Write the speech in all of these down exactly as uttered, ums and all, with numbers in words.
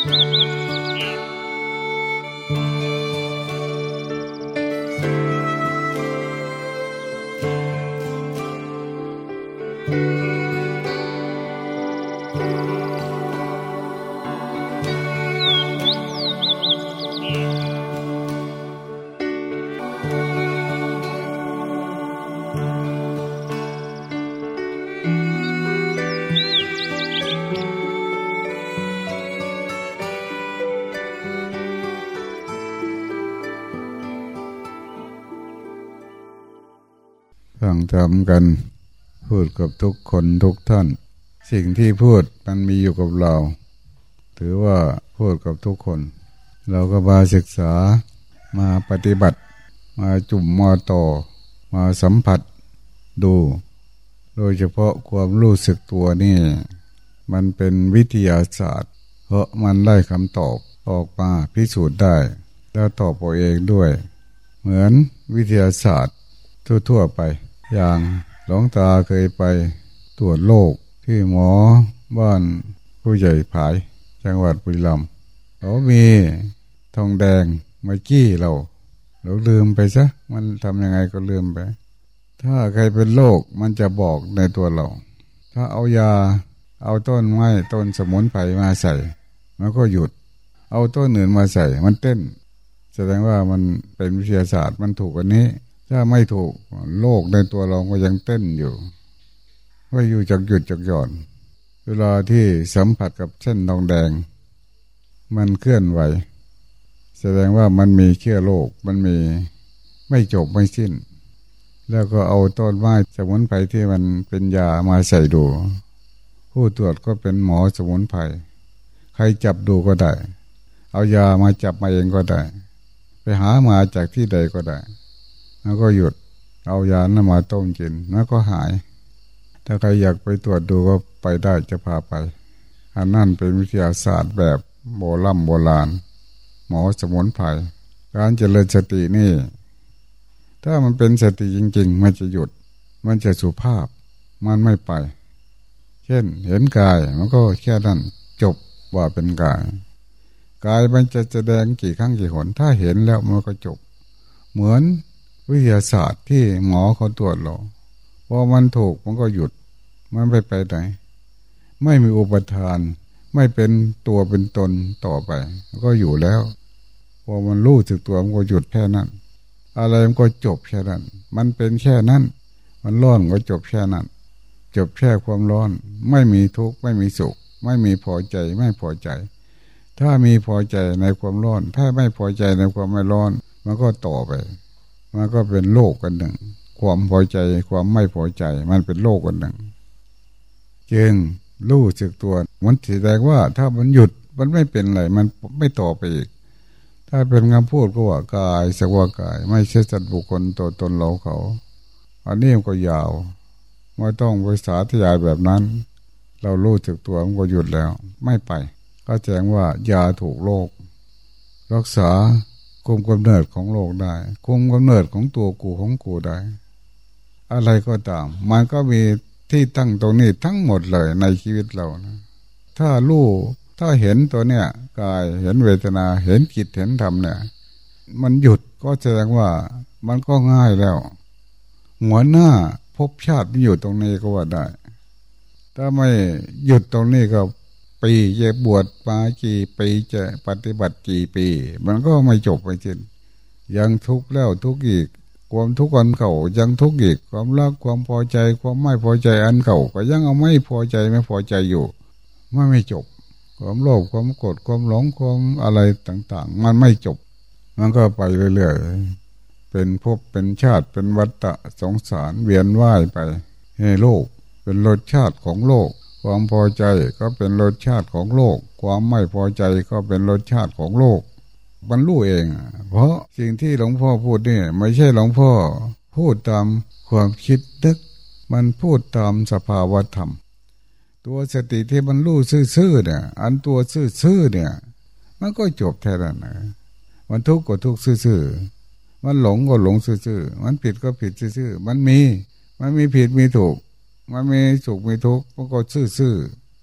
ฟังธรรมกันพูดกับทุกคนทุกท่านสิ่งที่พูดมันมีอยู่กับเราถือว่าพูดกับทุกคนเราก็มาศึกษามาปฏิบัติมาจุ่มมาต่อมาสัมผัสดูโดยเฉพาะความรู้สึกตัวนี่มันเป็นวิทยาศาสตร์เพราะมันได้คำตอบออกมาพิสูจน์ได้แล้วตอบตัวเองด้วยเหมือนวิทยาศาสตร์ทั่วๆไปอย่างหลวงตาเคยไปตรวจโรคที่หมอบ้านผู้ใหญ่ผายจังหวัดบุรีรัมย์เขามีทองแดงมาจี้เราเราลืมไปซะมันทำยังไงก็ลืมไปถ้าใครเป็นโรคมันจะบอกในตัวเราถ้าเอายาเอาต้นไม้ต้นสมุนไพรมาใส่มันก็หยุดเอาต้นอื่นมาใส่มันเต้นแสดงว่ามันเป็นวิทยาศาสตร์มันถูกกว่านี้ถ้าไม่ถูกโรคในตัวเราก็ยังเต้นอยู่ว่าอยู่จักหยุดจักหย่อนเวลาที่สัมผัสกับเส้นทองแดงมันเคลื่อนไหวแสดงว่ามันมีเชื้อโรคมันมีไม่จบไม่สิ้นแล้วก็เอาต้นไม้สมุนไพรที่มันเป็นยามาใส่ดูผู้ตรวจก็เป็นหมอสมุนไพรใครจับดูก็ได้เอายามาจับมาเองก็ได้ไปหามาจากที่ใดก็ได้แล้วก็หยุดเอายานั้นมาต้มกินแล้วก็หายถ้าใครอยากไปตรวจดูก็ไปได้จะพาไปอันนั้นเป็นวิทยาศาสตร์แบบโบราณโบราณหมอสมุนไพรการเจริญสตินี่ถ้ามันเป็นสติจริงๆมันจะหยุดมันจะสุภาพมันไม่ไปเช่นเห็นกายมันก็แค่นั้นจบว่าเป็นกายกายมันจะแสดงกี่ครั้งกี่หนถ้าเห็นแล้วมันก็จบเหมือนวิทยาศาสตร์ที่หมอเขาตรวจเราพอมันถูกมันก็หยุดมันไปไปไหนไม่มีอุปทานไม่เป็นตัวเป็นตนต่อไปก็อยู่แล้วพอมันรู้สึกตัวมันก็หยุดแค่นั้นอะไรมันก็จบแค่นั้นมันเป็นแค่นั้นมันร้อนก็จบแค่นั้นจบแค่ความร้อนไม่มีทุกข์ไม่มีสุขไม่มีพอใจไม่พอใจถ้ามีพอใจในความร้อนถ้าไม่พอใจในความไม่ร้อนมันก็ต่อไปมันก็เป็นโลกกันหนึ่งความพอใจความไม่พอใจมันเป็นโลกกันหนึ่งจึงรู้สึกตัวมันแสดงว่าถ้ามันหยุดมันไม่เป็นไรมันไม่ต่อไปอีกถ้าเป็นคำพูดก็ว่ากายสักว่ากายไม่ใช่สัตว์บุคคลตัวตนเราเขาอันนี้มันก็ยาวไม่ต้องไปสาธยายแบบนั้นเรารู้สึกตัวมันก็หยุดแล้วไม่ไปก็แจ้งว่ายาถูกโรครักษาคุมกำเนิดของโรคได้คุมกำเนิดของตัวกูของกูได้อะไรก็ตามมันก็มีที่ตั้งตรงนี้ทั้งหมดเลยในชีวิตเรานะถ้ารู้ถ้าเห็นตัวเนี้ยกายเห็นเวทนาเห็นจิตเห็นธรรมเนี่ยมันหยุดก็แสดงว่ามันก็ง่ายแล้วหัวหน้าภพชาติอยู่ตรงนี้ก็ว่าได้ถ้าไม่หยุดตรงนี้ก็ปีจะบวชมากี่ปีจะปฏิบัติกี่ปีมันก็ไม่จบไม่สิ้นยังทุกข์แล้วทุกข์อีกความทุกข์อันเก่ายังทุกข์อีกความรักความพอใจความไม่พอใจอันเก่าก็ยังเอาไม่พอใจไม่พอใจอยู่ไม่ไม่จบความโลภความโกรธความหลงความอะไรต่างๆมันไม่จบมันก็ไปเรื่อยๆเป็นภพเป็นชาติเป็นวัฏสงสารเวียนว่ายไปให้โลกเป็นรสชาติของโลกความพอใจก็เป็นรสชาติของโลกความไม่พอใจก็เป็นรสชาติของโลกมันรู้เองเพราะสิ่งที่หลวงพ่อพูดนี่ไม่ใช่หลวงพ่อพูดตามความคิดนึกมันพูดตามสภาวะธรรมตัวสติที่มันรู้ซื่อๆเนี่ยอันตัวซื่อๆเนี่ยมันก็จบแค่นั้นนะมันทุกข์ก็ทุกข์ซื่อๆมันหลงก็หลงซื่อๆมันผิดก็ผิดซื่อๆมันมีมันมีผิดมีถูกมันมีสุขมีทุกข์มันก็ซื่อๆพ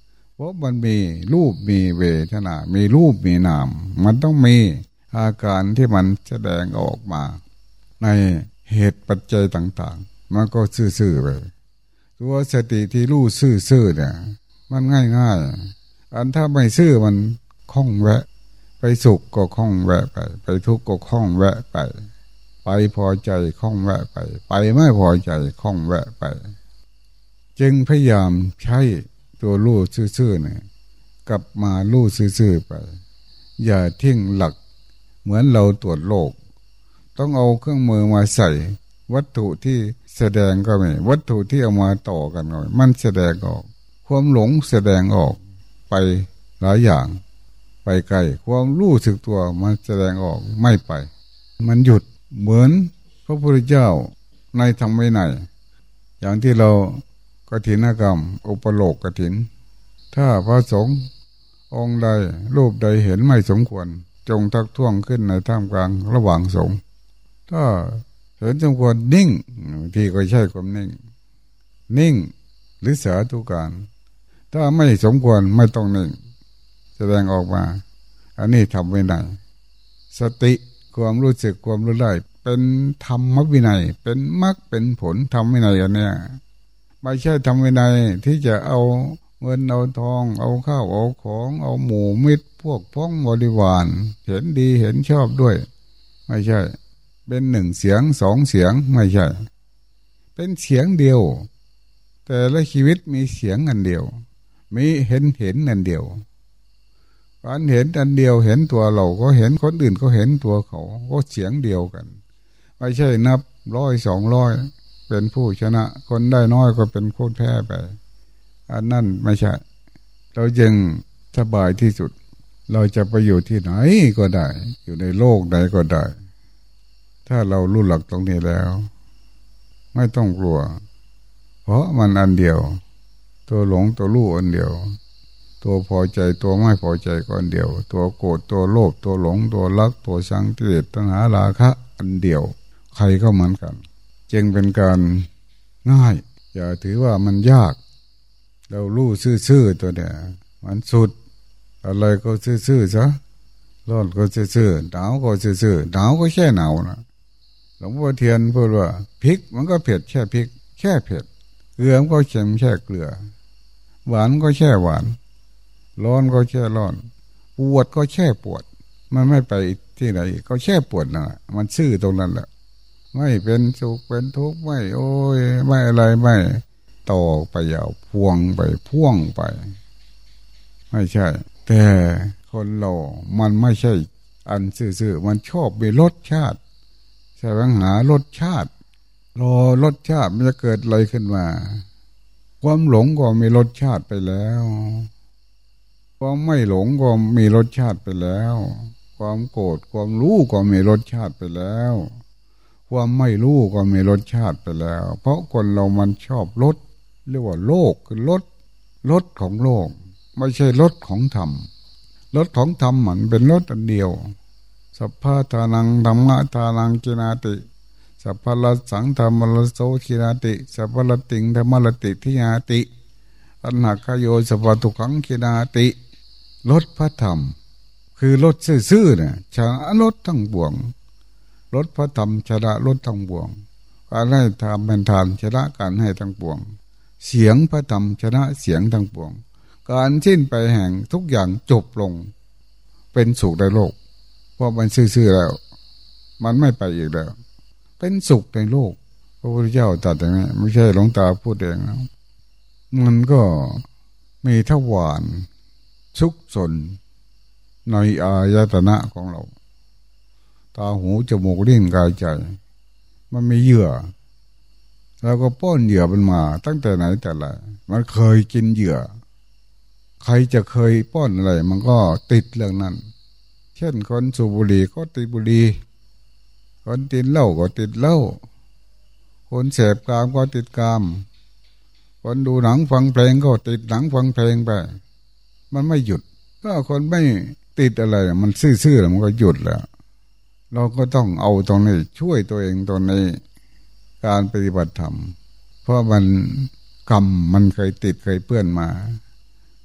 ราะมันมีรูปมีเวทนามีรูปมีนามมันต้องมีอาการที่มันแสดงออกมาในเหตุปัจจัยต่างๆมันก็ซื่อๆไปตัวสติที่รู้ซื่อๆเนี่ยมันง่ายๆอันถ้าไม่ซื่อมันคล่องแวะไปสุขก็คล่องแวะไปไปทุกข์ก็คล่องแวะไปไปพอใจคล่องแวะไปไปไม่พอใจคล่องแวะไปจึงพยายามใช้ตัวรู้ซื่อๆเนี่ยกลับมารู้ซื่อๆไปอย่าทิ้งหลักเหมือนเราตรวจโรคต้องเอาเครื่องมือมาใส่วัตถุที่แสดงก็ไม่วัตถุที่เอามาต่อกันก็มันแสดงออกความหลงแสดงออกไปหลายอย่างไปไกลความรู้สึกตัวมันแสดงออกไม่ไปมันหยุดเหมือนพระพุทธเจ้าในธรรมวินัยอย่างที่เรากฐินกรรมอุปโลกกฐินถ้าพระสงฆ์องค์ใดรูปใดเห็นไม่สมควรจงทักท้วงขึ้นในท่ามกลางระหว่างสงฆ์ถ้าเห็นสมควรนิ่งที่ก็ใช่ความนิ่งนิ่งหรือสาธุการถ้าไม่สมควรไม่ต้องนิ่งแสดงออกมาอันนี้ทำไว้ไหนสติความรู้สึกความรู้ได้เป็นธรรมวินัยเป็นมรรคเป็นผลธรรมวินัยอันเนี้ยไม่ใช่ธรรมวินัยที่จะเอาเงินเอาทองเอาข้าวเอาของเอาหมู่มิตรพวกพ้องบริวารเห็นดีเห็นชอบด้วยไม่ใช่เป็นหนึ่งเสียงสองเสียงไม่ใช่เป็นเสียงเดียวแต่ละชีวิตมีเสียงอันเดียวมีเห็นเห็นอันเดียวการเห็นอันเดียวเห็นตัวเราก็เห็นคนอื่นก็เห็นตัวเขาก็เสียงเดียวกันไม่ใช่นับร้อยสองร้อยเป็นผู้ชนะคนได้น้อยก็เป็นคนแพ้ไปอันนั้นไม่ใช่เราจึงสบายที่สุดเราจะไปอยู่ที่ไหนก็ได้อยู่ในโลกใดก็ได้ถ้าเรารู้หลักตรงนี้แล้วไม่ต้องกลัวเพราะมันอันเดียวตัวหลงตัวรู้อันเดียวตัวพอใจตัวไม่พอใจก็อันเดียวตัวโกรธตัวโลภตัวหลงตัวรักตัวชังกิเลสตัณหาราคะอันเดียวใครก็เหมือนกันจึงเป็นการง่ายอย่าถือว่ามันยากเรารู้ซื่อๆตัวเนี่ยมันสุดอะไรก็ซื่อๆซะร้อนก็ซื่อๆหนาวก็ซื่อๆหนาวก็แค่หนาวนะหลวงพ่อเทียนพูดว่าพริกมันก็เผ็ดแค่พริกแค่เผ็ดเกลือมันก็เค็มแค่เกลือหวานก็แค่หวานร้อนก็แค่ร้อนปวดก็แค่ปวดมันไม่ไปที่ไหนก็แค่ปวดนะมันซื่อตรงนั้นแหละไม่เป็นสุขเป็นทุกข์ไม่โอ้ยไม่อะไรไม่ต่อไปยาวพวงไปพ่วงไปไม่ใช่แต่คนเรามันไม่ใช่อันซื่อๆมันชอบมีรสชาติแสวงหารสชาติรอรสชาติมันจะเกิดอะไรขึ้นมาความหลงก็มีรสชาติไปแล้วความไม่หลงก็มีรสชาติไปแล้วความโกรธความรู้ก็มีรสชาติไปแล้วความไม่รู้ก็มีรสชาติไปแล้วเพราะคนเรามันชอบรสเรียกว่าโลกคือรสรสของโลกไม่ใช่รสของธรรมรสของธรรมมันเป็นรสอันเดียวสัพพะทานังธรรมะทานังกินาติสัพพะละสังธรรมละโสกินาติสัพพะละติงธรรมละติทิยาติอันหักขโยสัพพะทุกขังกินาติรสพระธรรมคือรสซื่อๆเนี่ยชนะรสทั้งปวงรสพระธรรมชนะรสทั้งปวงการให้ทานเป็นทานชนะการให้ทั้งปวงเสียงพระธรรมชนะเสียงทั้งปวงการสิ้นไปแห่งทุกอย่างจบลงเป็นสุขในโลกเพราะมันซื่อๆแล้วมันไม่ไปอีกแล้วเป็นสุขในโลกพระพุทธเจ้าตรัสอย่างนี้ไม่ใช่หลวงตาพูดเองนะมันก็มีทวารสุขสนในอายตนะของเราตาหูจมูกลิ้นกายใจมันมีเหยื่อแล้วก็ป้อนเหยื่อมันมาตั้งแต่ไหนแต่ไรมันเคยกินเหยื่อใครจะเคยป้อนอะไรมันก็ติดเรื่องนั้นเช่นคนสูบบุหรี่ก็ติดบุหรี่คนติดเหล้าก็ติดเหล้าคนเสพกามก็ติดกามคนดูหนังฟังเพลงก็ติดหนังฟังเพลงไปมันไม่หยุดถ้าคนไม่ติดอะไรมันซื่อๆแล้วมันก็หยุดแล้วเราก็ต้องเอาตรงนี้ช่วยตัวเองตรงนี้การปฏิบัติธรรมเพราะมันกรรมมันเคยติดเคยเปื้อนมา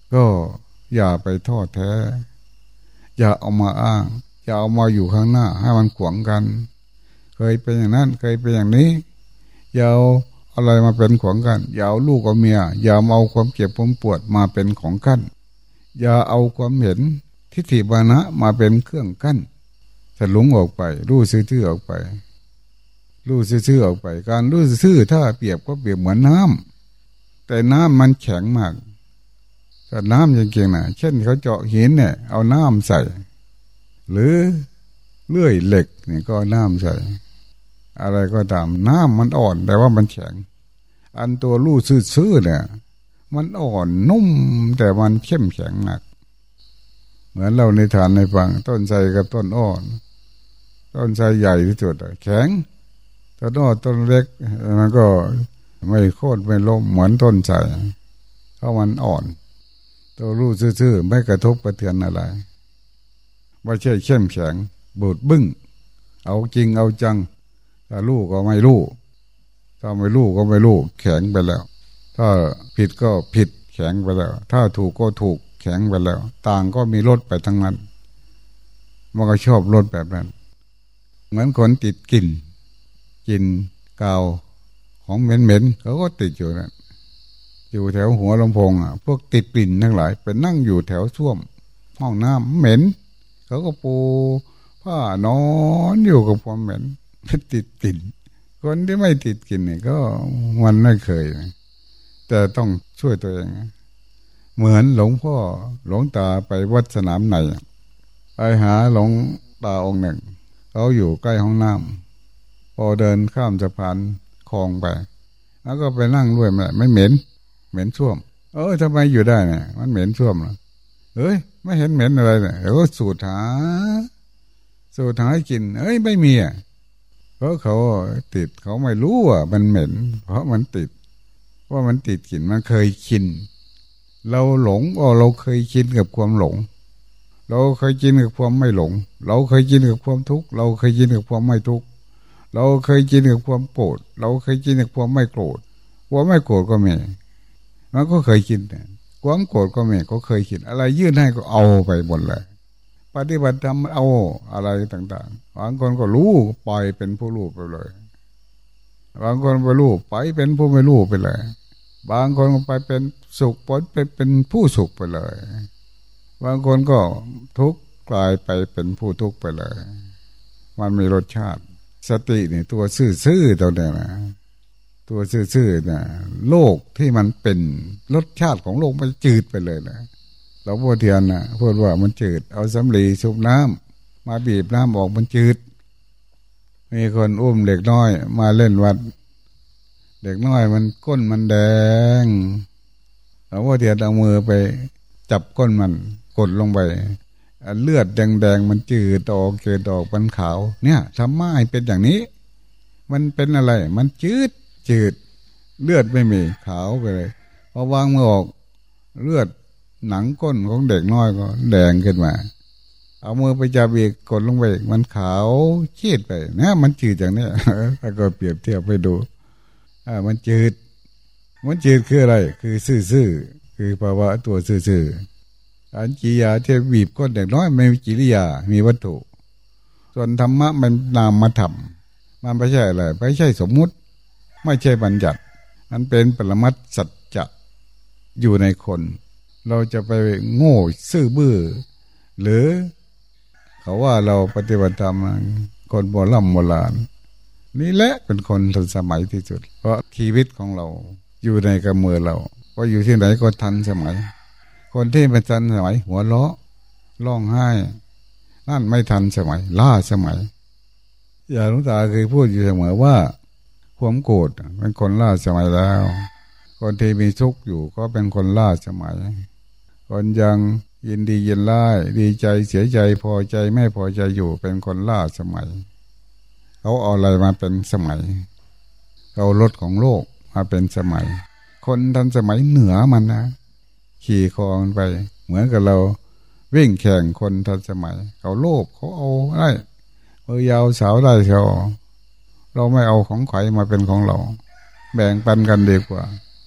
ก็อย่าไปท้อแท้อย่าเอามาอ้างอย่าเอามาอยู่ข้างหน้าให้มันขวางกันเคยเป็นอย่างนั้นเคยเป็นอย่างนี้อย่าเอาอะไรมาเป็นขวางกันอย่าเอาลูกกับเมียอย่าเอาความเจ็บความปวดมาเป็นของกั้นอย่าเอาความเห็นทิฏฐิมานะมาเป็นเครื่องกั้นจะหลงออกไปรู้ซื่อๆออกไปรู้ซื่อๆออกไปการรู้ซื่อถ้าเปรียบก็เปรียบเหมือนน้ำแต่น้ำมันแข็งมากแต่น้ำจริงๆนะเช่นเขาเจาะหินเนี่ยเอาน้ำใส่หรือเลื่อยเหล็กนี่ก็น้ำใส่อะไรก็ตามน้ำมันอ่อนแต่ว่ามันแข็งอันตัวรู้ซื่อๆเนี่ยมันอ่อนนุ่มแต่มันเข้มแข็งหนักเหมือนเราในฐานในฟังต้นไทรกับต้นอ้อต้นไทรใหญ่ที่สุดแข็งต้นอ้อต้นเล็กมันก็ไม่โค่นไม่ล้มเหมือนต้นไทรเพราะมันอ่อนตัวรู้ซื่อๆไม่กระทบกระเทือนอะไรไม่ใช่เข้มแข็งบูดบึ้งเอาจริงเอาจังถ้ารู้ก็ไม่รู้ถ้าไม่รู้ก็ไม่รู้แข็งไปแล้วถ้าผิดก็ผิดแข็งไปแล้วถ้าถูกก็ถูกแข็งไปแล้วต่างก็มีรสไปทั้งนั้นมันก็ชอบรสแบบนั้นเหมือนคนติดกลิ่นกลิ่นกาวของเหม็นๆเขาก็ติดอยู่นั่นอยู่แถวหัวลำโพงอ่ะพวกติดกลิ่นทั้งหลายไปนั่งอยู่แถวส้วมห้องน้ำเหม็นเขาก็ปูผ้านอนอยู่กับความเหม็นติดกลิ่นคนที่ไม่ติดกลิ่นนี่ก็มันไม่เคยแต่ต้องช่วยตัวเองเหมือนหลวงพ่อหลวงตาไปวัดสนามในไปหาหลวงตาองค์หนึ่งเขาอยู่ใกล้ห้องน้ำพอเดินข้ามสะพานคลองไปแล้วก็ไปนั่งด้วยไม่ไม่เหม็นเหม็นส้วมเออทำไมอยู่ได้เนี่ยมันเหม็นส้วมเหรอเอ้ยไม่เห็นเหม็นอะไรเนี่ยเดี๋ยวก็สูดหาสูดหากินเอ้ยไม่มีอ่ะเพราะเขาติดเขาไม่รู้อ่ะมันเหม็นเพราะมันติดว่ามันติดกลิ่นมันเคยชินเราหลงก็เราเคยชินกับความหลงเราเคยชินกับความไม่หลงเราเคยชินกับความทุกข์เราเคยชินกับความไม่ทุกข์เราเคยชินกับความโกรธเราเคยชินกับความไม่โกรธความไม่โกรธก็มีมันก็เคยชินความโกรธก็มีก็เคยชินอะไรยื่นให้ก็เอาไปหมดเลยปฏิบัติธรรมเอาอะไรต่างๆบางคนก็รู้ปล่อยเป็นผู้รู้ไปเลยบางคนไปรู้ไปเป็นผู้ไม่รู้ไปเลยบางคนก็ไปเป็นสุขไปเป็นผู้สุขไปเลยบางคนก็ทุกข์กลายไปเป็นผู้ทุกข์ไปเลยมันมีรสชาติสตินี่ตัวซื่อๆตัวเนี้ยนะตัวซื่อๆนะโลกที่มันเป็นรสชาติของโลกมันจืดไปเลยนะหลวงพ่อเทียนนะพูดว่ามันจืดเอาสำลีชุบน้ำมาบีบน้ำออกมันจืดมีคนอุ้มเด็กน้อยมาเล่นวัดเด็กน้อยมันก้นมันแดงหลวงพ่อเทียนเอามือไปจับก้นมันกดลงไปเลือดแดงๆมันจืดออกจืดออกเป็นขาวเนี่ยทำไมเป็นอย่างนี้มันเป็นอะไรมันจืดจืดเลือดไม่มีขาวไปเลยพอวางมือออกเลือดหนังก้นของเด็กน้อยก็แดงขึ้นมาเอามือไปจับอีกกดลงไปมันขาวชีดไปนะมันจืดอย่างนี้แล้วก็เปรียบเทียบไปดูอ่ามันจืดมันจืดคืออะไรคือซื่อๆคือภาวะตัวซื่อๆอันกิริยาที่บีบก้นเด็กน้อยไม่มีกิริยามีวัตถุส่วนธรรมะมันนามธรรมมันไม่ใช่อะไรไม่ใช่สมมุติไม่ใช่บัญญัติมันเป็นปรมัตถสัจจะอยู่ในคนเราจะไปโง่ซื่อบื้อหรือเขาว่าเราปฏิบัติธรรมคนโบราณโบราณนี่แหละเป็นคนทันสมัยที่สุดเพราะชีวิตของเราอยู่ในกำมือเราก็อยู่ที่ไหนก็ทันสมัยคนที่ไม่ทันสมัยหัวเราะร้องไห้นั่นไม่ทันสมัยล้าสมัยอย่าหลวงตาเคยพูดอยู่เสมอว่าความโกรธเป็นคนล้าสมัยแล้วคนที่มีทุกข์อยู่ก็เป็นคนล้าสมัยคนยังยินดียินร้ายดีใจเสียใจพอใจไม่พอใจอยู่เป็นคนล้าสมัยเขาเอาอะไรมาเป็นสมัยเอารถของโลกมาเป็นสมัยคนทันสมัยเหนือมันนะขี่คอมันไปเหมือนกับเราวิ่งแข่งคนทันสมัยเขาโลภเขาเอาได้มือยาวสาวได้เชียวเราไม่เอาของใครมาเป็นของเราแบ่งปันกันดีกว่า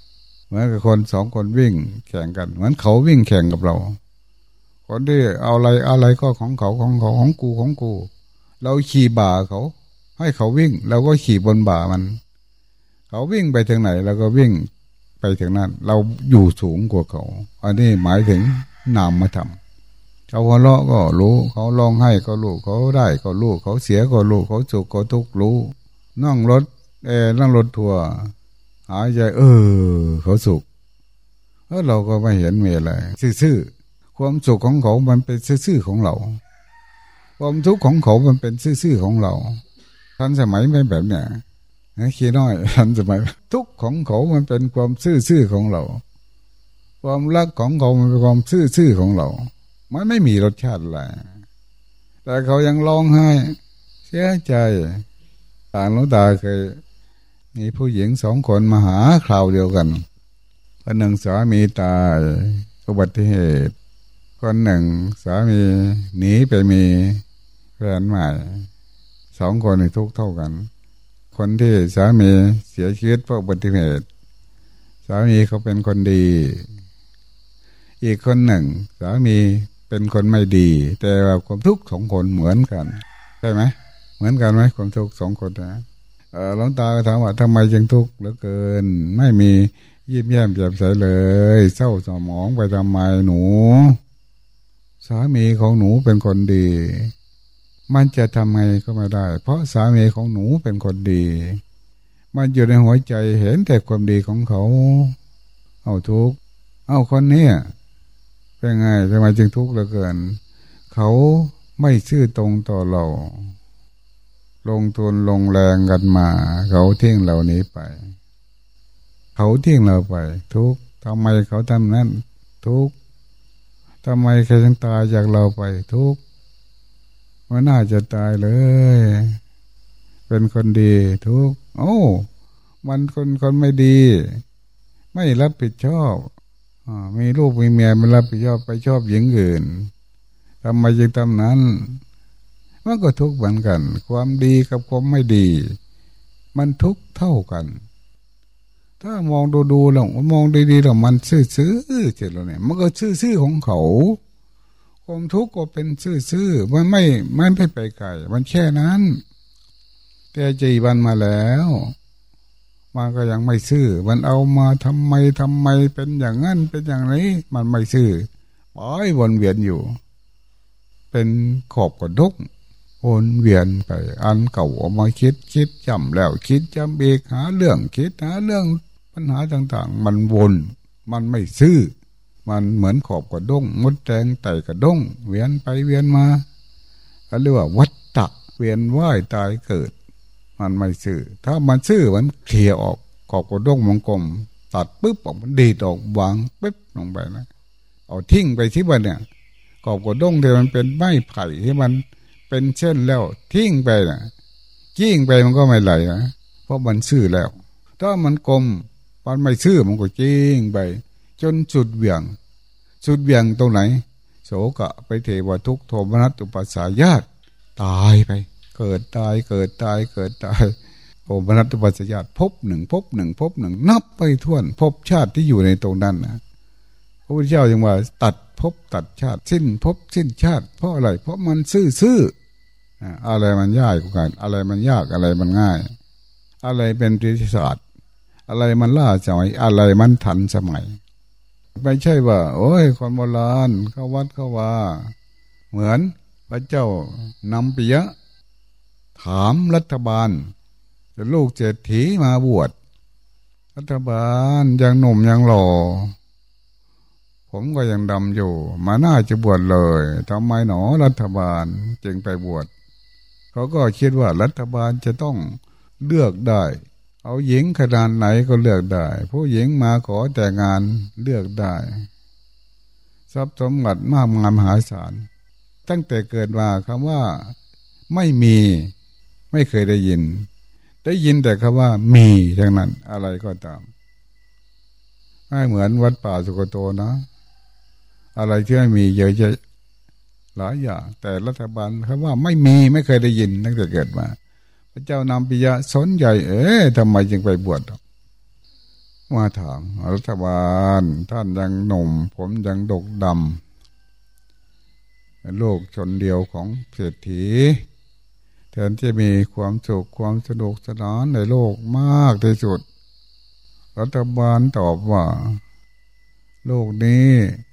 เหมือนกับคนสองคนวิ่งแข่งกันเหมือนเขาวิ่งแข่งกับเราคนที่เอาอะไรอะไรก็ของเขาของเขาของกูของกูเราขี่บ่าเขาให้เขาวิ่งเราก็ขี่บนบ่ามันเขาวิ่งไปทางไหนเราก็วิ่งไปทางนั้นเราอยู่สูงกว่าเขาอันนี้หมายถึงนามธรรมเขาหัวเราะก็รู้เขาร้องไห้ก็รู้เขาได้ก็รู้เขาเสียก็รู้เขาสุขก็ทุกข์รู้นั่งรถเออนั่งรถทัวร์หายใจเออเขาสุขแล้วเราก็ไม่เห็นมีอะไรซื่อๆความสุขของเขามันเป็นซื่อๆของเราความทุกข์ของเขามันเป็นซื่อๆของเราทันสมัยไม่แบบเนี้ยขี้น้อยทันสมัยทุกข์ของเขามันเป็นความซื่อๆของเราความรักของเขามันเป็นความซื่อๆของเรามันไม่มีรสชาติอะไรแต่เขายังร้องไห้เสียใจต่างหลวงตาเคยมีผู้หญิงสองคนมาหาคราวเดียวกันคนหนึ่งสามีตายอุบัติเหตุคนหนึ่งสามีหนีไปมีแฟนใหม่สองคนในทุกข์เท่ากันคนที่สามีเสียชีวิตเพราะอุบัติเหตุสามีเขาเป็นคนดีอีกคนหนึ่งสามีเป็นคนไม่ดีแต่ว่าความทุกข์สองคนเหมือนกันใช่ไหมเหมือนกันไหมความทุกข์สองคนนะเออหลวงตาถามว่าทำไมจึงทุกข์เหลือเกินไม่มียิ้มแย้มแจ่มใสเลยเศร้าสมองไปทำไมหนูสามีของหนูเป็นคนดีมันจะทำไงก็ไม่ได้เพราะสามีของหนูเป็นคนดีมันอยู่ในหัวใจเห็นแต่ความดีของเขาเอาทุกข์เอาคนนี้เป็นไงทำไมจึงทุกข์เหลือเกินเขาไม่ซื่อตรงต่อเราลงทุนลงแรงกันมาเขาทิ้งเรานี้ไปเขาทิ้งเราไปทุกข์ทำไมเขาทำนั้นทุกข์ทำไมใครจึงตายจากเราไปทุกข์มันน่าจะตายเลยเป็นคนดีทุกข์โอ้มันคนคนไม่ดีไม่รับผิดชอบมีลูกมีเมียไม่รับผิดชอบไปชอบหญิงอื่นทำไมจึงทำนั้นมันก็ทุกข์เหมือนกันความดีกับความไม่ดีมันทุกข์เท่ากันถ้ามองดูๆแล้วมองดีๆแล้วมันซื่อๆเฉยๆเนี่ยมันก็ซื่อๆของเขาความทุกข์ก็เป็นซื่อๆมันไม่ไม่ไปไปไกลมันแค่นั้นแต่จีวันมาแล้วมันก็ยังไม่ซื่อมันเอามาทำไมทำไมเป็นอย่างนั้นเป็นอย่างนี้มันไม่ซื่อปล่อยวนเวียนอยู่เป็นขอบกระดกวนเวียนไปอันเก่าเอามาคิดคิดจำแล้วคิดจำอีกหาเรื่องคิดหาเรื่องปัญหาต่างๆมันวนมันไม่ซื่อมันเหมือนขอบกระด้งมดแดงไต่กระด้งเวียนไปเวียนมาเรียกว่าวัฏฏะเวียนว่ายตายเกิดมันไม่ซื่อถ้ามันซื่อมันเคลียร์ออกขอบกระด้งวงกลมตัดปุ๊บออกมันดีดออกวางปุ๊บลงไปนะเอาทิ้งไปที่บ้านเนี่ยขอบกระด้งที่มันเป็นไม้ไผ่ที่มันเป็นเช่นแล้วทิ้งไปนะจิ้งไปมันก็ไม่ไหลนะเพราะมันซื่อแล้วถ้ามันกลมมันไม่ซื่อมันก็จิ้งไปจนสุดเบี่ยงสุดเบี่ยงตรงไหนโสกะไปเทวทุกข์โทมนัสอุปัสสายาตตายไปเกิดตายเกิดตายเกิดตายโทมนัสอุปัสสายาตพบหนึ่งพบหนึ่งพบหนึ่งนับไปทั่วพบชาติที่อยู่ในตรงนั้นนะพระพุทธเจ้าจึงว่าตัดพบตัดชาติสิ้นพบสิ้นชาติเพราะอะไรเพราะมันซื่อๆอะไรมันยากกว่ากันอะไรมันยากอะไรมันง่ายอะไรเป็นวิทยาศาสตร์อะไรมันล่าสมัยอะไรมันทันสมัยไม่ใช่ว่าโอ้ยคนโบราณเข้าวัดเข้าว่าเหมือนพระเจ้านำปิยะถามรัฐบาลจะลูกเศรษฐีมาบวชรัฐบาลยังหนุ่มยังหล่อผมก็ยังดำอยู่มาน่าจะบวชเลยทำไมหนอรัฐบาลจึงไปบวชเขาก็คิดว่ารัฐบาลจะต้องเลือกได้เอาหญิงขนาดไหนก็เลือกได้ผู้หญิงมาขอแต่งงานเลือกได้ทรัพย์สมบัติมากมายมหาศาลตั้งแต่เกิดมาคำว่าไม่มีไม่เคยได้ยินได้ยินแต่คำว่ามีทั้งนั้นอะไรก็ตามไม่เหมือนวัดป่าสุกโตนะอะไรที่ไม่มีเยอะแยะหลายอย่างแต่รัฐบาลคำว่าไม่มีไม่เคยได้ยินตั้งแต่เกิดมาพระเจ้านำปิยะสนใจเอ๊ะทำไมจึงไปบวชมาถามรัฐบาลท่านยังหนุ่มผมยังดกดำโลกชนเดียวของเศรษฐีแทนที่มีความสุขความสนุกสนานในโลกมากที่สุดรัฐบาลตอบว่าโลกนี้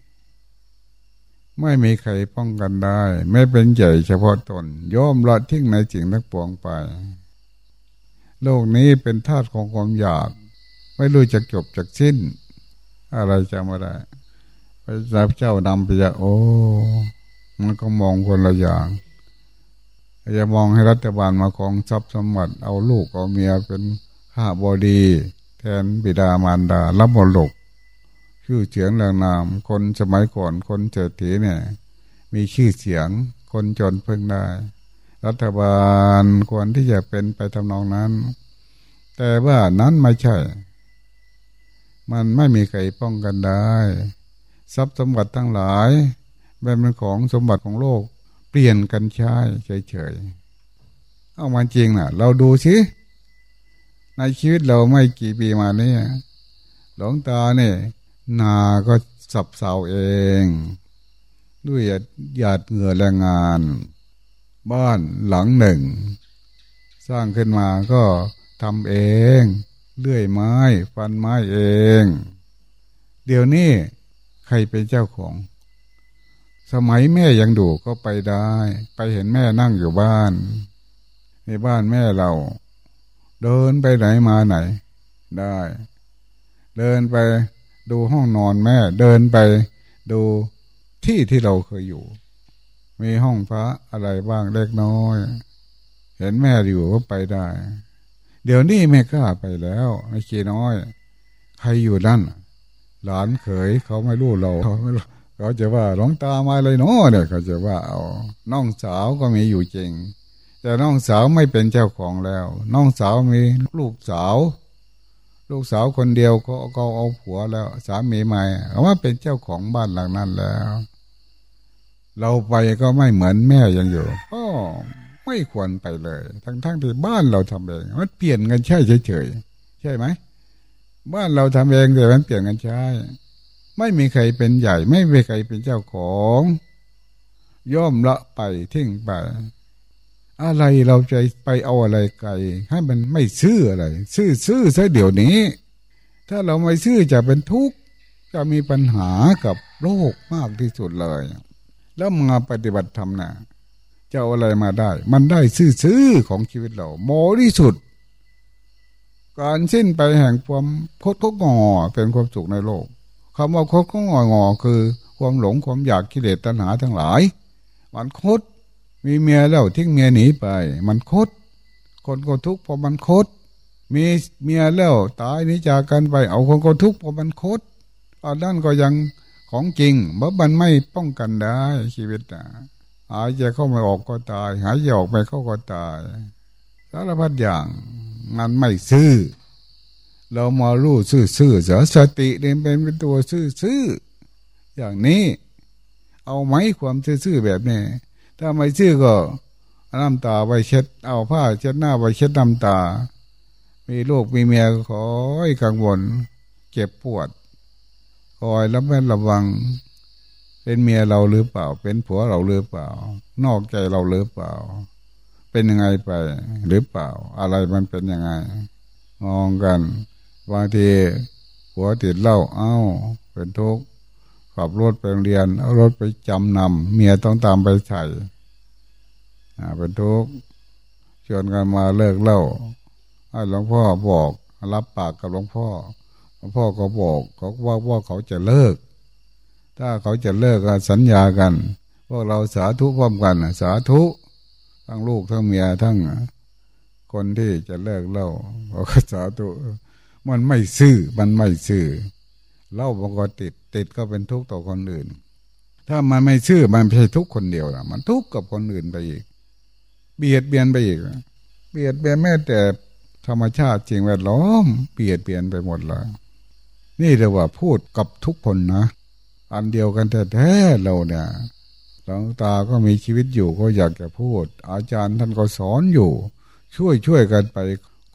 ไม่มีใครป้องกันได้ไม่เป็นใหญ่เฉพาะตนย่อมละทิ้งในสิ่งทั้งปวงไปโลกนี้เป็นธาตุของความอยากไม่รู้จักจบจักสิ้นอะไรจะมาได้พระเจ้านำไปจะโอ้มันก็มองคนละอย่างจะมองให้รัฐบาลมาครองทรัพย์สมบัติเอาลูกเอาเมียเป็นข้าบดีแทนบิดามารดารับมรดกชื่อเสียงเรื่องนามคนสมัยก่อนคนเศรษฐีเนี่ยมีชื่อเสียงคนจนเพิ่งได้รัฐบาลควรที่จะเป็นไปทำนองนั้นแต่ว่านั้นไม่ใช่มันไม่มีใครป้องกันได้ทรัพย์สมบัติทั้งหลายเป็นของสมบัติของโลกเปลี่ยนกันใช้เฉยๆเอามาจริงน่ะเราดูสิในชีวิตเราไม่กี่ปีมานี้หลวงตาเนี่ยนาก็สับเสาเองด้วยหยาดเหงื่อแรงงานบ้านหลังหนึ่งสร้างขึ้นมาก็ทำเองเลื่อยไม้ฟันไม้เองเดี๋ยวนี้ใครเป็นเจ้าของสมัยแม่ยังดูก็ไปได้ไปเห็นแม่นั่งอยู่บ้านในบ้านแม่เราเดินไปไหนมาไหนได้เดินไปดูห้องนอนแม่เดินไปดูที่ที่เราเคยอยู่มีห้องพระอะไรบ้างเล็กน้อยเห็นแม่อยู่ก็ไปได้เดี๋ยวนี้ไม่กล้าไปแล้วไม่กี่น้อยใครอยู่นั่นหลานเขยเขาไม่รู้เราเขาไม่รู้เขาจะว่าหลวงตามาเลยเนาะเนี่ยเขาจะว่าเอาน้องสาวก็มีอยู่จริงแต่น้องสาวไม่เป็นเจ้าของแล้วน้องสาวมีลูกสาวลูกสาวคนเดียวก็ก็เอาผัวแล้วสามีใหม่เอาว่าเป็นเจ้าของบ้านหลังนั้นแล้วเราไปก็ไม่เหมือนแม่ยังอยู่ก็ไม่ควรไปเลยทั้งๆที่บ้านเราทำเองมันเปลี่ยนกันใช่เฉยๆใช่ไหมบ้านเราทำเองแต่มันเปลี่ยนกันใช่ไม่มีใครเป็นใหญ่ไม่มีใครเป็นเจ้าของย่อมละไปทิ้งไปอะไรเราจะไปเอาอะไรไกลให้มันไม่ซื่ออะไรซื่อซื่อซะเดี๋ยวนี้ถ้าเราไม่ซื่อจะเป็นทุกข์จะมีปัญหากับโลกมากที่สุดเลยแล้วมาปฏิบัติธรรมนะจะเอาอะไรมาได้มันได้ซื่อๆของชีวิตเราโมที่สุดการสิ้นไปแห่งความคดก็งอเป็นความสุขในโลกคำว่าคดก็งองอคือความหลงความอยากกิเลสตัณหาทั้งหลายมันคดมีเมียแล้วทิ้งเมียหนีไปมันคดคนก็ทุกข์เพราะมันคดมีเมียแล้วตายหนีจากกันไปเอาคนก็ทุกข์เพราะมันคดอันนั้นก็ยังของจริงเพราะมันไม่ป้องกันได้ชีวิตนะหายใจเข้าไม่ออกก็ตายหายใจออกไปเข้าก็ตายสารพัดอย่างมันไม่ซื่อเรามารู้ซื่อซื่อเสียสติเดินเป็นตัวซื่อซื่ออย่างนี้เอาไหมความซื่อซื่อแบบนี้ถ้าไม่ซื่อก็น้ำตาไปเช็ดเอาผ้าเช็ดหน้าไปเช็ดน้ำตามีลูกมีเมียขอให้กังวลเจ็บปวดคอยระแวดระวังเป็นเมียเราหรือเปล่าเป็นผัวเราหรือเปล่านอกใจเราหรือเปล่าเป็นยังไงไปหรือเปล่าอะไรมันเป็นยังไงมองกันบางทีผัวติดเหล้าเอ้าเป็นทุกข์ขับรถไปโรงเรียนเอารถไปจำนำเมียต้องตามไปใส่เป็นทุกข์ชวนกันมาเลิกเหล้าให้หลวงพ่อบอกรับปากกับหลวงพ่อหลวงพ่อก็บอกเขาว่าว่าเขาจะเลิกถ้าเขาจะเลิกกันสัญญากันพวกเราสาธุพร้อมกันสาธุทั้งลูกทั้งเมียทั้งคนที่จะเลิกเหล้าเขาก็สาธุมันไม่ซื่อมันไม่ซื่อเหล้ามันก็ติดติดก็เป็นทุกข์ต่อคนอื่นถ้ามันไม่ซื่อมันไม่ใช่ทุกข์คนเดียวนะมันทุกข์กับคนอื่นไปอีกเบียดเบียนไปอีกเบียดเบียนแม้แต่ธรรมชาติจริงแวดล้อมเบียดเบียนไปหมดเลยนี่เรียกว่าพูดกับทุกคนนะอันเดียวกันแท้ๆเราเนี่ยหลวงตาก็มีชีวิตอยู่ก็อยากจะพูดอาจารย์ท่านก็สอนอยู่ช่วยช่วยกันไป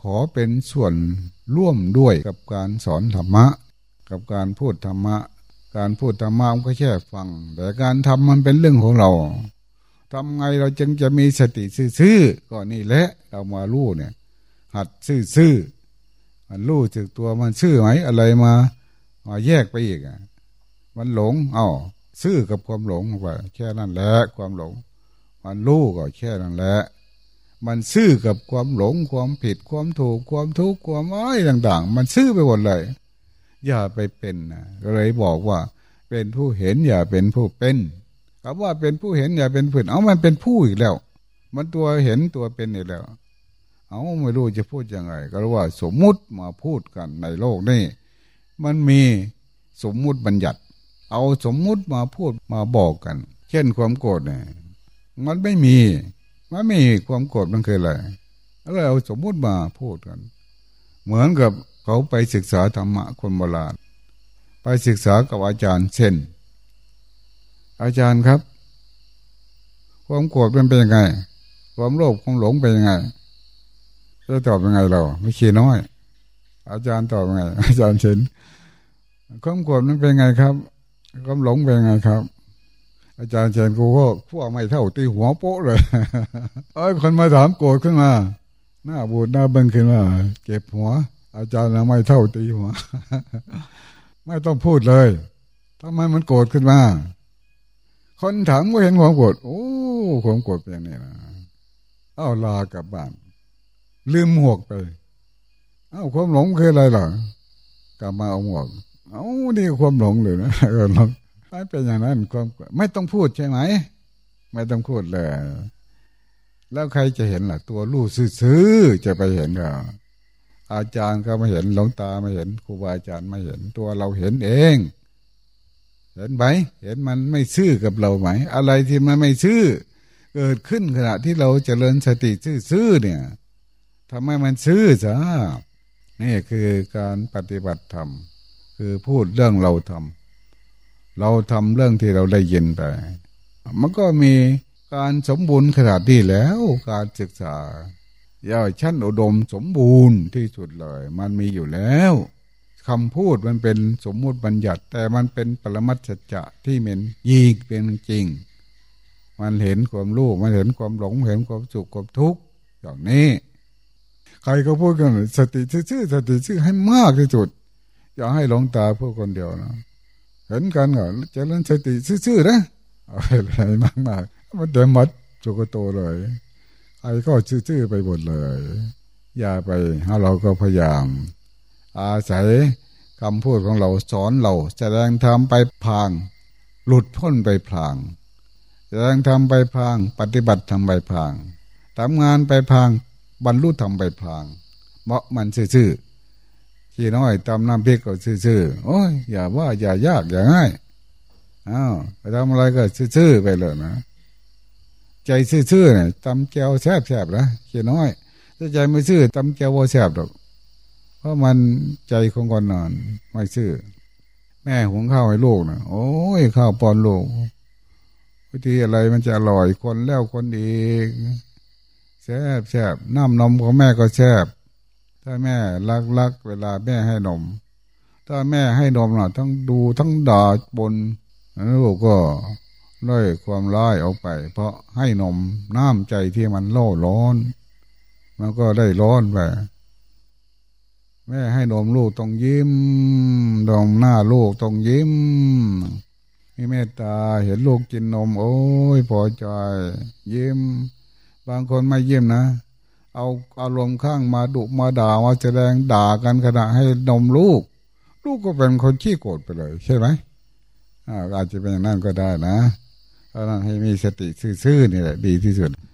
ขอเป็นส่วนร่วมด้วยกับการสอนธรรมะกับการพูดธรรมะการพูดธรรมะมันก็แค่ฟังแต่การทำมันเป็นเรื่องของเราทำไงเราจึงจะมีสติซื่อๆก็นี่แหละเรามารู้เนี่ยหัดซื่อๆมันรู้จึกตัวมันซื่อไหมอะไรมามาแยกไปอีกอ่ะมันหลงเอ้าซื่อกับความหลงไปแค่นั้นแหละความหลงมันรู้ก็แค่นั้นแหละมันซื่อกับความหลงความผิดความถูกความทุกข์ความอ้อยต่างๆมันซื่อไปหมดเลยอย่าไปเป็นนะก็เลยบอกว่าเป็นผู้เห็นอย่าเป็นผู้เป็นคำว่าเป็นผู้เห็นอย่าเป็นผู้เอามันเป็นผู้อีกแล้วมันตัวเห็นตัวเป็นอีกแล้วเอาไม่รู้จะพูดยังไงก็รู้ว่าสมมุติมาพูดกันในโลกนี้มันมีสมมุติบัญญัติเอาสมมุติมาพูดมาบอกกันเช่นความโกรธเนี่ยมันไม่มีมันไม่มีความโกรธมันคืออะไรอะไรเอาสมมุติมาพูดกันเหมือนกับเขาไปศึกษาธรรมะคนโบราณไปศึกษากับอาจารย์เช่นอาจารย์ครับความโกรธมันเป็นยังไงความโลภความหลงเป็นยังไงจะตอบยังไงเราไม่ขี้น้อยอาจารย์ตอบยังไงอาจารย์เช่นความโกรธมันเป็นยังไงครับความหลงเป็นยังไงครับอาจารย์เช่นกูก็พวกไม่เท่าตีหัวโป๊ะเลยเอ้ยคนมาถามโกรธขึ้นมาหน้าบูดหน้าเบิ่งขึ้นมาเก็บหัวอาจารย์ไม่เท่าตีหัวไม่ต้องพูดเลยทำไมมันโกรธขึ้นมาคนถามก็เห็นความโกรธโอ้ความโกรธเป็นอย่างนี้นะเอ้าลากลับบ้านลืมหมวกไปเอ้าความหลงคืออะไรล่ะกลับมาเอาหมวกเอ้านี่ความหลงเลยนะเออหลงไม่เป็นอย่างนั้นความไม่ต้องพูดใช่ไหมไม่ต้องพูดเลยแล้วใครจะเห็นล่ะตัวรู้ซื่อๆจะไปเห็นก็อาจารย์ก็ไม่เห็นหลวงตาไม่เห็นครูบาอาจารย์ไม่เห็นตัวเราเห็นเองเห็นไหมเห็นมันไม่ซื่อกับเราไหมอะไรที่มันไม่ซื่อเกิดขึ้นขณะที่เราเจริญสติซื่อๆเนี่ยทำให้มันซื่อจ้านี่คือการปฏิบัติธรรมคือพูดเรื่องเราทำเราทำเรื่องที่เราได้ยินไปมันก็มีการสมบูรณ์ขนาดนี้แล้วการศึกษาย่าชั้นอุดมสมบูรณ์ที่สุดเลยมันมีอยู่แล้วคำพูดมันเป็นสมมุติบัญญัติแต่มันเป็นปรมัตถสัจจะที่เป็นยีกเป็นจริงมันเห็นความรู้มันเห็นความหลงเห็นความสุขความทุกข์อย่างนี้ใครก็พูดกันสติซื่อๆสติซื่อให้มากที่สุดอย่าให้หลงตาพูดคนเดียวนะเห็นกันก็เจริญสติซื่อๆนะเอาอะไรมากๆมันเดือดมัดจุกโตเลยไอ้ก็ซื่อๆไปหมดเลยอย่าไปให้เราก็พยายามอาศัยคำพูดของเราสอนเราแสดงธรรมไปพางหลุดพ้นไปพลางแสดงธรรมไปพางปฏิบัติธรรมไปพางทำงานไปพางบรรลุธรรมไปพางเพราะมันซื่อๆขี้น้อยตำน้ำพริกก็ซื่อๆโอ้ยอย่าว่าอย่ายากอย่าง่ายอ้าวไปทำอะไรก็ซื่อๆไปเลยนะใจซื่อๆเนี่ยตำแก้วแซ่บๆนะขี้น้อยถ้าใจไม่ซื่อตำแก้วว่าแซ่บหรอกเพราะมันใจของคนนอนไม่ซื่อแม่หุงข้าวให้ลูกนะโอ้ยข้าวป้อนลูกวิธีอะไรมันจะอร่อยคนแล้วคนอีกแซ่บแซ่บน้ำนมของแม่ก็แซ่บถ้าแม่รักรักเวลาแม่ให้นมถ้าแม่ให้นมน่ะทั้งดูทั้งด่าบนลูกก็ไล่ความร้ายออกไปเพราะให้นมน้ำใจที่มันโล่ร้อนมันก็ได้ร้อนไปแม่ให้นมลูกต้องยิ้มดองหน้าลูกต้องยิ้มมีเมตตาเห็นลูกกินนมโอ้ยพอใจยิ้มบางคนไม่ยิ้มนะเอาอารมณ์ข้างมาดุมาด่ามาแสดงด่ากันขณะให้นมลูกลูกก็เป็นคนขี้โกรธไปเลยใช่ไหมอาจจะเป็นอย่างนั้นก็ได้นะเพราะนั้นให้มีสติซื่อๆนี่แหละดีที่สุด